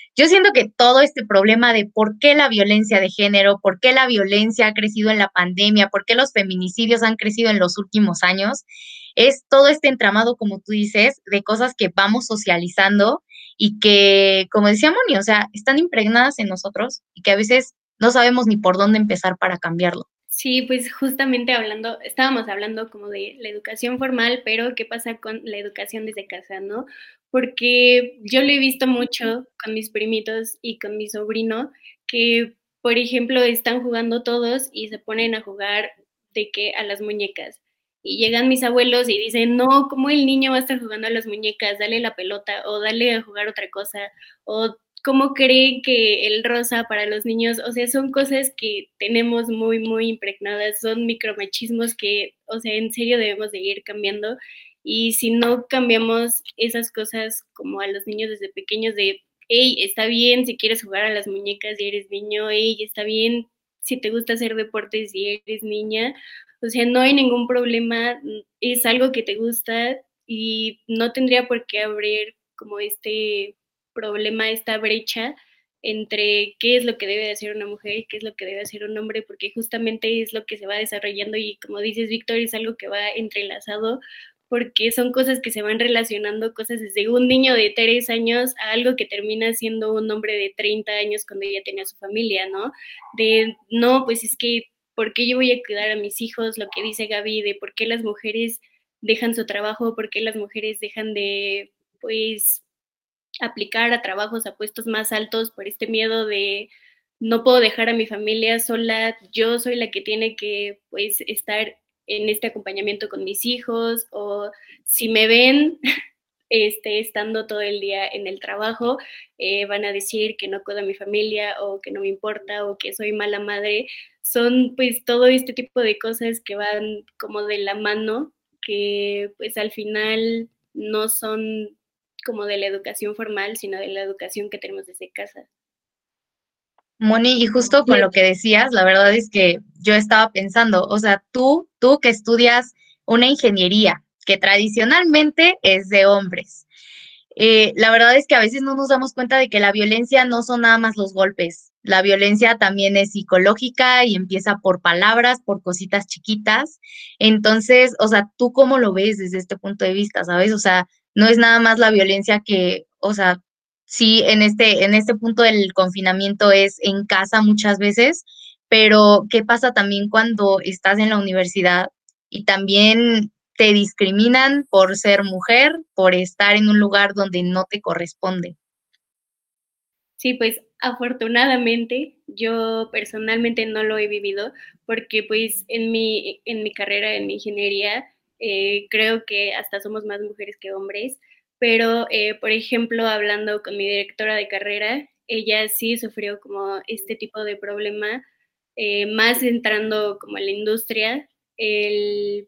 yo siento que todo este problema de por qué la violencia de género, por qué la violencia ha crecido en la pandemia, por qué los feminicidios han crecido en los últimos años, es todo este entramado, como tú dices, de cosas que vamos socializando y que, como decía Moni, o sea, están impregnadas en nosotros y que a veces no sabemos ni por dónde empezar para cambiarlo. Sí, pues justamente estábamos hablando como de la educación formal, pero ¿qué pasa con la educación desde casa, no? Porque yo lo he visto mucho con mis primitos y con mi sobrino, que, por ejemplo, están jugando todos y se ponen a jugar de que a las muñecas. Y llegan mis abuelos y dicen, no, ¿cómo el niño va a estar jugando a las muñecas? Dale la pelota o dale a jugar otra cosa. O cómo creen que el rosa para los niños, o sea, son cosas que tenemos muy, muy impregnadas, son micromachismos que, o sea, en serio debemos de ir cambiando. Y si no cambiamos esas cosas como a los niños desde pequeños de, hey, está bien si quieres jugar a las muñecas y eres niño, hey, está bien si te gusta hacer deportes y eres niña, o sea, no hay ningún problema, es algo que te gusta y no tendría por qué abrir como este problema, esta brecha entre qué es lo que debe de hacer una mujer y qué es lo que debe hacer un hombre, porque justamente es lo que se va desarrollando y como dices, Víctor, es algo que va entrelazado porque son cosas que se van relacionando, cosas desde un niño de 3 años a algo que termina siendo un hombre de 30 años cuando ella tenía su familia, ¿no? De, no, pues es que, ¿por qué yo voy a cuidar a mis hijos? Lo que dice Gaby, de por qué las mujeres dejan su trabajo, por qué las mujeres dejan de, pues, aplicar a trabajos, a puestos más altos por este miedo de no puedo dejar a mi familia sola, yo soy la que tiene que pues estar en este acompañamiento con mis hijos o si me ven estando todo el día en el trabajo, van a decir que no cuido a mi familia o que no me importa o que soy mala madre. Son pues todo este tipo de cosas que van como de la mano, que pues al final no son como de la educación formal, sino de la educación que tenemos desde casa. Moni, y justo con lo que decías, la verdad es que yo estaba pensando, o sea, tú que estudias una ingeniería que tradicionalmente es de hombres, la verdad es que a veces no nos damos cuenta de que la violencia no son nada más los golpes, la violencia también es psicológica y empieza por palabras, por cositas chiquitas. Entonces, o sea, ¿tú cómo lo ves desde este punto de vista, sabes? O sea, no es nada más la violencia que, o sea, sí, en este punto del confinamiento es en casa muchas veces, pero ¿qué pasa también cuando estás en la universidad y también te discriminan por ser mujer, por estar en un lugar donde no te corresponde? Sí, pues afortunadamente yo personalmente no lo he vivido porque pues en mi carrera, en mi ingeniería, creo que hasta somos más mujeres que hombres, pero por ejemplo, hablando con mi directora de carrera, ella sí sufrió como este tipo de problema, más entrando como en la industria, el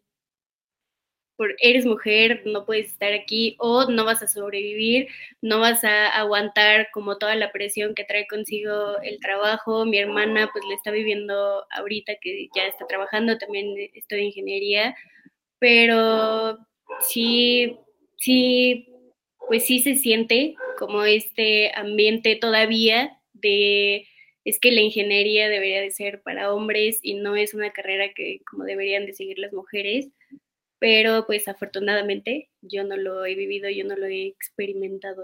eres mujer, no puedes estar aquí o no vas a sobrevivir, no vas a aguantar como toda la presión que trae consigo el trabajo. Mi hermana pues le está viviendo ahorita que ya está trabajando, también estudia ingeniería, pero sí, sí, pues sí se siente como este ambiente todavía de es que la ingeniería debería de ser para hombres y no es una carrera que como deberían de seguir las mujeres, pero pues afortunadamente yo no lo he vivido, yo no lo he experimentado.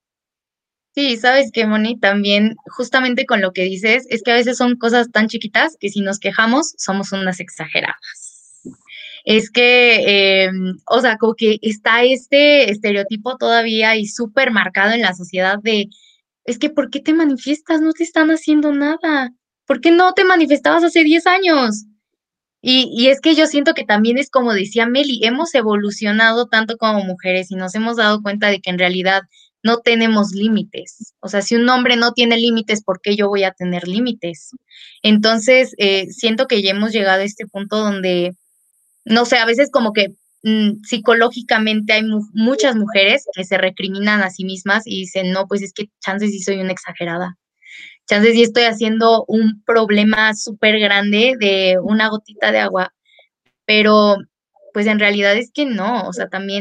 Sí, sabes que, Moni, también justamente con lo que dices, es que a veces son cosas tan chiquitas que si nos quejamos somos unas exageradas. Es que, o sea, como que está este estereotipo todavía y súper marcado en la sociedad de, es que ¿por qué te manifiestas? No te están haciendo nada. ¿Por qué no te manifestabas hace 10 años? Y es que yo siento que también es como decía Meli, hemos evolucionado tanto como mujeres y nos hemos dado cuenta de que en realidad no tenemos límites. O sea, si un hombre no tiene límites, ¿por qué yo voy a tener límites? Entonces, siento que ya hemos llegado a este punto donde, no sé, a veces como que psicológicamente hay muchas mujeres que se recriminan a sí mismas y dicen, no, pues es que chances sí soy una exagerada. Chances sí estoy haciendo un problema súper grande de una gotita de agua, pero pues en realidad es que no, o sea, también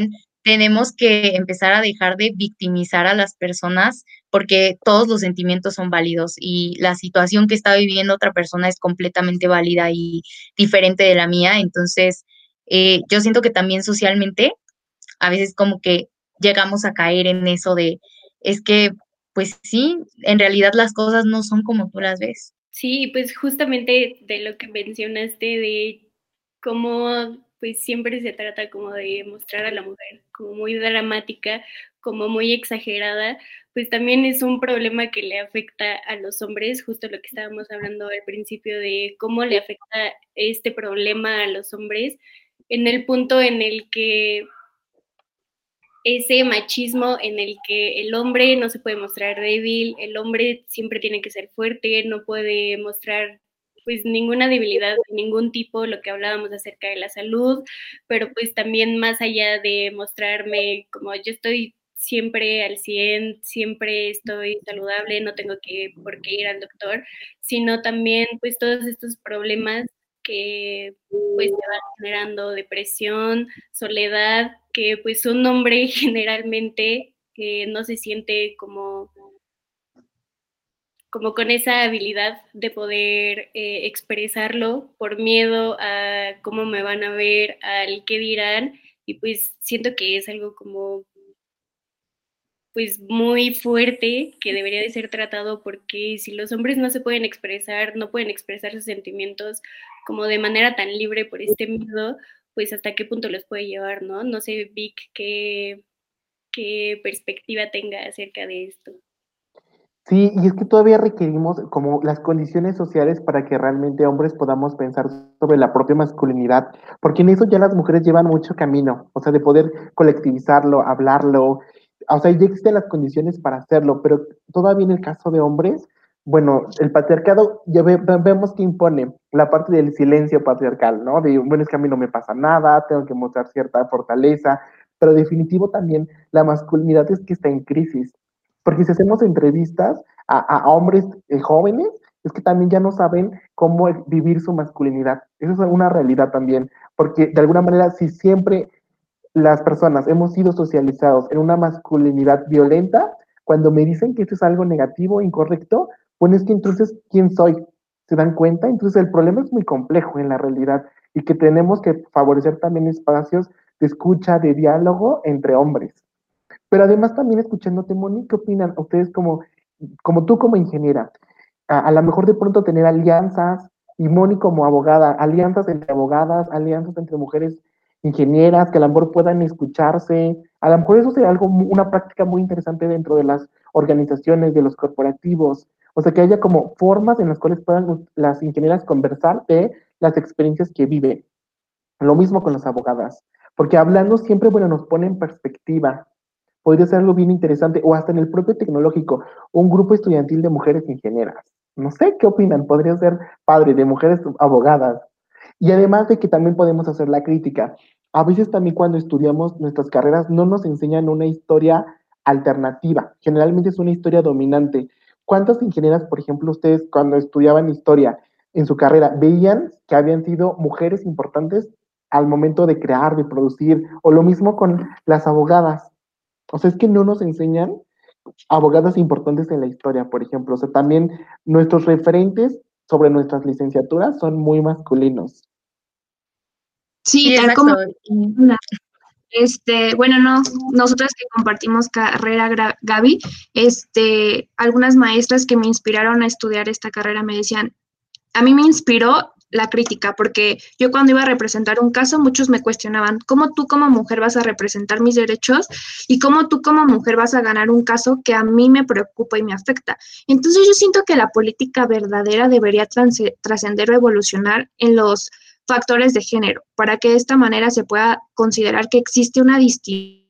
tenemos que empezar a dejar de victimizar a las personas porque todos los sentimientos son válidos y la situación que está viviendo otra persona es completamente válida y diferente de la mía. Entonces, yo siento que también socialmente a veces como que llegamos a caer en eso de, es que, pues sí, en realidad las cosas no son como tú las ves. Sí, pues justamente de lo que mencionaste de cómo pues siempre se trata como de mostrar a la mujer como muy dramática, como muy exagerada, pues también es un problema que le afecta a los hombres, justo lo que estábamos hablando al principio de cómo le afecta este problema a los hombres, en el punto en el que ese machismo en el que el hombre no se puede mostrar débil, el hombre siempre tiene que ser fuerte, no puede mostrar pues ninguna debilidad de ningún tipo, lo que hablábamos acerca de la salud, pero pues también más allá de mostrarme como yo estoy siempre al 100, siempre estoy saludable, no tengo por qué ir al doctor, sino también pues todos estos problemas que pues te van generando depresión, soledad, que pues un hombre generalmente no se siente como con esa habilidad de poder expresarlo por miedo a cómo me van a ver, al qué dirán, y pues siento que es algo como pues muy fuerte que debería de ser tratado porque si los hombres no se pueden expresar, no pueden expresar sus sentimientos como de manera tan libre por este miedo, pues hasta qué punto los puede llevar, ¿no? No sé, Vic, qué perspectiva tenga acerca de esto. Sí, y es que todavía requerimos como las condiciones sociales para que realmente hombres podamos pensar sobre la propia masculinidad, porque en eso ya las mujeres llevan mucho camino, o sea, de poder colectivizarlo, hablarlo, o sea, ya existen las condiciones para hacerlo, pero todavía en el caso de hombres, bueno, el patriarcado ya vemos que impone la parte del silencio patriarcal, ¿no? De, bueno, es que a mí no me pasa nada, tengo que mostrar cierta fortaleza, pero definitivo también la masculinidad es que está en crisis. Porque si hacemos entrevistas a hombres jóvenes, es que también ya no saben cómo vivir su masculinidad. Eso es una realidad también, porque de alguna manera, si siempre las personas hemos sido socializados en una masculinidad violenta, cuando me dicen que esto es algo negativo, incorrecto, bueno, es que entonces, ¿quién soy? ¿Se dan cuenta? Entonces el problema es muy complejo en la realidad y que tenemos que favorecer también espacios de escucha, de diálogo entre hombres. Pero además también escuchándote, Moni, ¿qué opinan ustedes como tú como ingeniera? A lo mejor de pronto tener alianzas y Moni como abogada, alianzas entre abogadas, alianzas entre mujeres ingenieras que a lo mejor puedan escucharse. A lo mejor eso sería algo, una práctica muy interesante dentro de las organizaciones, de los corporativos. O sea, que haya como formas en las cuales puedan las ingenieras conversar de las experiencias que viven. Lo mismo con las abogadas. Porque hablando siempre, bueno, nos pone en perspectiva, podría ser algo bien interesante, o hasta en el propio tecnológico, un grupo estudiantil de mujeres ingenieras. No sé qué opinan, podría ser padre, de mujeres abogadas. Y además de que también podemos hacer la crítica. A veces también cuando estudiamos nuestras carreras no nos enseñan una historia alternativa, generalmente es una historia dominante. ¿Cuántas ingenieras, por ejemplo, ustedes cuando estudiaban historia en su carrera veían que habían sido mujeres importantes al momento de crear, de producir, o lo mismo con las abogadas? O sea, es que no nos enseñan abogadas importantes en la historia, por ejemplo. O sea, también nuestros referentes sobre nuestras licenciaturas son muy masculinos. Sí, Sí, tal exacto. como bueno, no, nosotras que compartimos carrera, Gaby, algunas maestras que me inspiraron a estudiar esta carrera me decían, a mí me inspiró la crítica, porque yo cuando iba a representar un caso, muchos me cuestionaban, ¿cómo tú como mujer vas a representar mis derechos? ¿Y cómo tú como mujer vas a ganar un caso que a mí me preocupa y me afecta? Entonces yo siento que la política verdadera debería trascender o evolucionar en los factores de género, para que de esta manera se pueda considerar que existe una distinción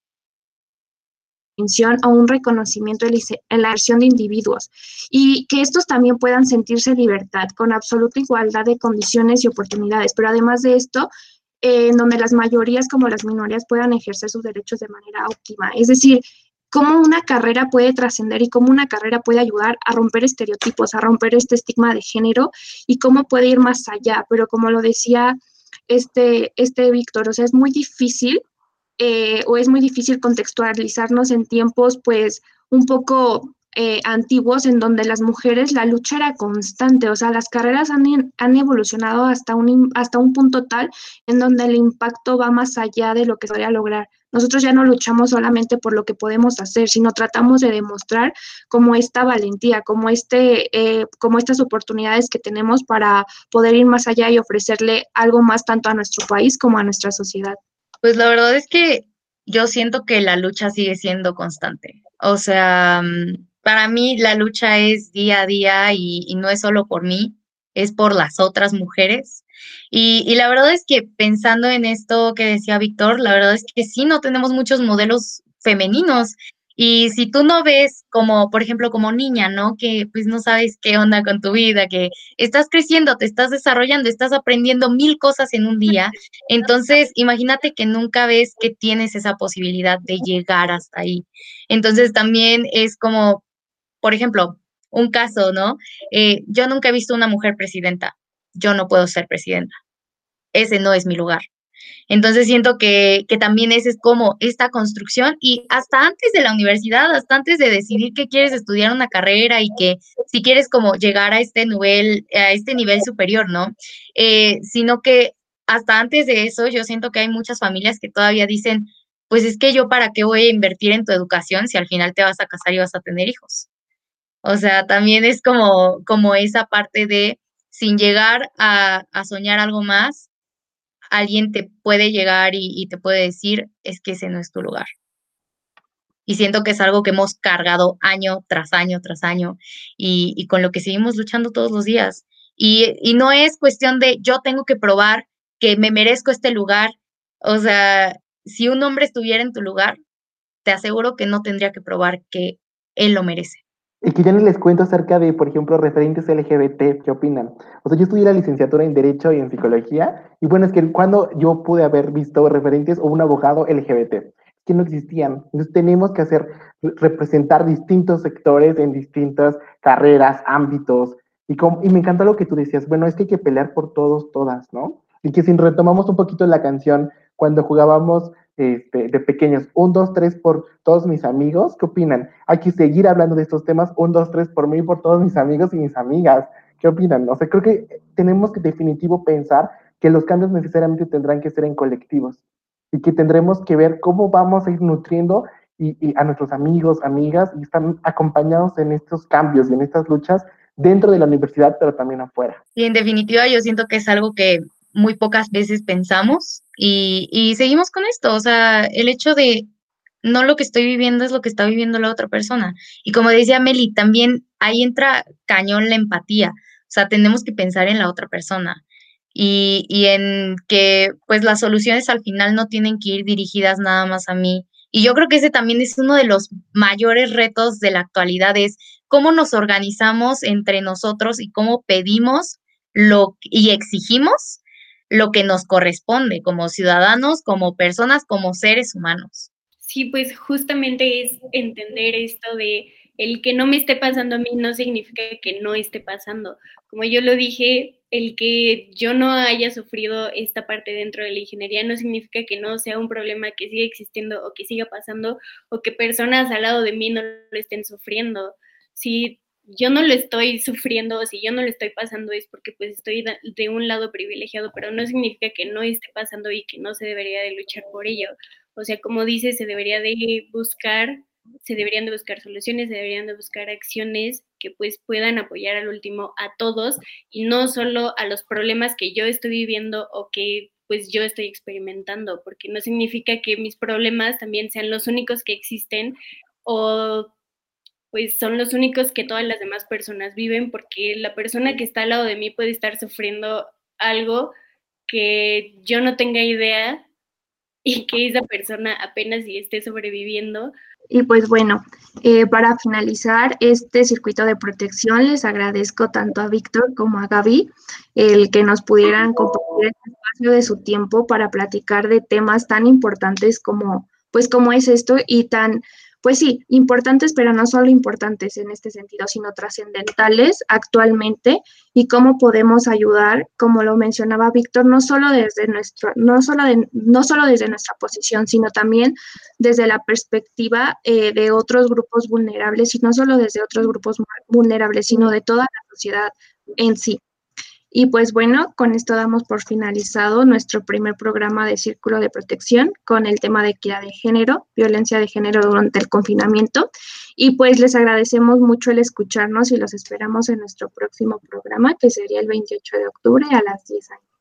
o un reconocimiento en la acción de individuos y que estos también puedan sentirse libertad con absoluta igualdad de condiciones y oportunidades, pero además de esto, en donde las mayorías como las minorías puedan ejercer sus derechos de manera óptima. Es decir, cómo una carrera puede trascender y cómo una carrera puede ayudar a romper estereotipos, a romper este estigma de género y cómo puede ir más allá. Pero como lo decía Víctor, o sea, es muy difícil o es muy difícil contextualizarnos en tiempos pues un poco antiguos en donde las mujeres la lucha era constante, o sea, las carreras han evolucionado hasta un punto tal en donde el impacto va más allá de lo que se podría lograr. Nosotros ya no luchamos solamente por lo que podemos hacer, sino tratamos de demostrar como esta valentía, como estas oportunidades que tenemos para poder ir más allá y ofrecerle algo más tanto a nuestro país como a nuestra sociedad. Pues la verdad es que yo siento que la lucha sigue siendo constante. O sea, para mí la lucha es día a día y no es solo por mí, es por las otras mujeres. Y la verdad es que pensando en esto que decía Víctor, la verdad es que sí, no tenemos muchos modelos femeninos. Y si tú no ves como, por ejemplo, como niña, ¿no? Que pues no sabes qué onda con tu vida, que estás creciendo, te estás desarrollando, estás aprendiendo mil cosas en un día. Entonces, imagínate que nunca ves que tienes esa posibilidad de llegar hasta ahí. Entonces, también es como, por ejemplo, un caso, ¿no? Yo nunca he visto una mujer presidenta. Yo no puedo ser presidenta. Ese no es mi lugar. Entonces siento que también ese es como esta construcción y hasta antes de la universidad, hasta antes de decidir que quieres estudiar una carrera y que si quieres como llegar a este nivel superior, ¿no? Sino que hasta antes de eso yo siento que hay muchas familias que todavía dicen, pues es que yo para qué voy a invertir en tu educación si al final te vas a casar y vas a tener hijos. O sea, también es como esa parte de sin llegar a soñar algo más alguien te puede llegar y te puede decir, es que ese no es tu lugar. Y siento que es algo que hemos cargado año tras año tras año y con lo que seguimos luchando todos los días. Y no es cuestión de yo tengo que probar que me merezco este lugar. O sea, si un hombre estuviera en tu lugar, te aseguro que no tendría que probar que él lo merece. Y que ya ni les cuento acerca de, por ejemplo, referentes LGBT, ¿qué opinan? O sea, yo estudié la licenciatura en Derecho y en Psicología, y bueno, es que cuando yo pude haber visto referentes o un abogado LGBT, que no existían. Entonces tenemos que representar distintos sectores en distintas carreras, ámbitos, y me encanta lo que tú decías, bueno, es que hay que pelear por todos, todas, ¿no? Y que si retomamos un poquito la canción, cuando jugábamos de pequeños, un, dos, tres por todos mis amigos, ¿qué opinan? Hay que seguir hablando de estos temas, un, dos, tres por mí y por todos mis amigos y mis amigas, ¿qué opinan? O sea, creo que tenemos que definitivo pensar que los cambios necesariamente tendrán que ser en colectivos y que tendremos que ver cómo vamos a ir nutriendo y a nuestros amigos, amigas, y están acompañados en estos cambios y en estas luchas dentro de la universidad, pero también afuera. Y en definitiva, yo siento que es algo que muy pocas veces pensamos y seguimos con esto. O sea, el hecho de no lo que estoy viviendo es lo que está viviendo la otra persona. Y como decía Meli, también ahí entra cañón la empatía. O sea, tenemos que pensar en la otra persona y en que pues las soluciones al final no tienen que ir dirigidas nada más a mí. Y yo creo que ese también es uno de los mayores retos de la actualidad, es cómo nos organizamos entre nosotros y cómo pedimos y exigimos lo que nos corresponde como ciudadanos, como personas, como seres humanos. Sí, pues justamente es entender esto de el que no me esté pasando a mí no significa que no esté pasando. Como yo lo dije, el que yo no haya sufrido esta parte dentro de la ingeniería no significa que no sea un problema que siga existiendo o que siga pasando o que personas al lado de mí no lo estén sufriendo. Si yo no lo estoy sufriendo o si yo no lo estoy pasando es porque pues estoy de un lado privilegiado, pero no significa que no esté pasando y que no se debería de luchar por ello. O sea, como dice, se deberían de buscar soluciones, se deberían de buscar acciones que pues puedan apoyar al último a todos y no solo a los problemas que yo estoy viviendo o que pues yo estoy experimentando, porque no significa que mis problemas también sean los únicos que existen o pues son los únicos que todas las demás personas viven, porque la persona que está al lado de mí puede estar sufriendo algo que yo no tenga idea y que esa persona apenas si esté sobreviviendo. Y pues bueno, para finalizar este circuito de protección, les agradezco tanto a Víctor como a Gaby el que nos pudieran compartir el espacio de su tiempo para platicar de temas tan importantes como, pues como es esto y tan pues sí, importantes, pero no solo importantes en este sentido, sino trascendentales actualmente, y cómo podemos ayudar, como lo mencionaba Víctor, no solo desde no solo desde nuestra posición, sino también desde la perspectiva de otros grupos vulnerables, y no solo desde otros grupos vulnerables, sino de toda la sociedad en sí. Y pues bueno, con esto damos por finalizado nuestro primer programa de Círculo de Protección con el tema de equidad de género, violencia de género durante el confinamiento. Y pues les agradecemos mucho el escucharnos y los esperamos en nuestro próximo programa, que sería el 28 de octubre a las 10 a.m.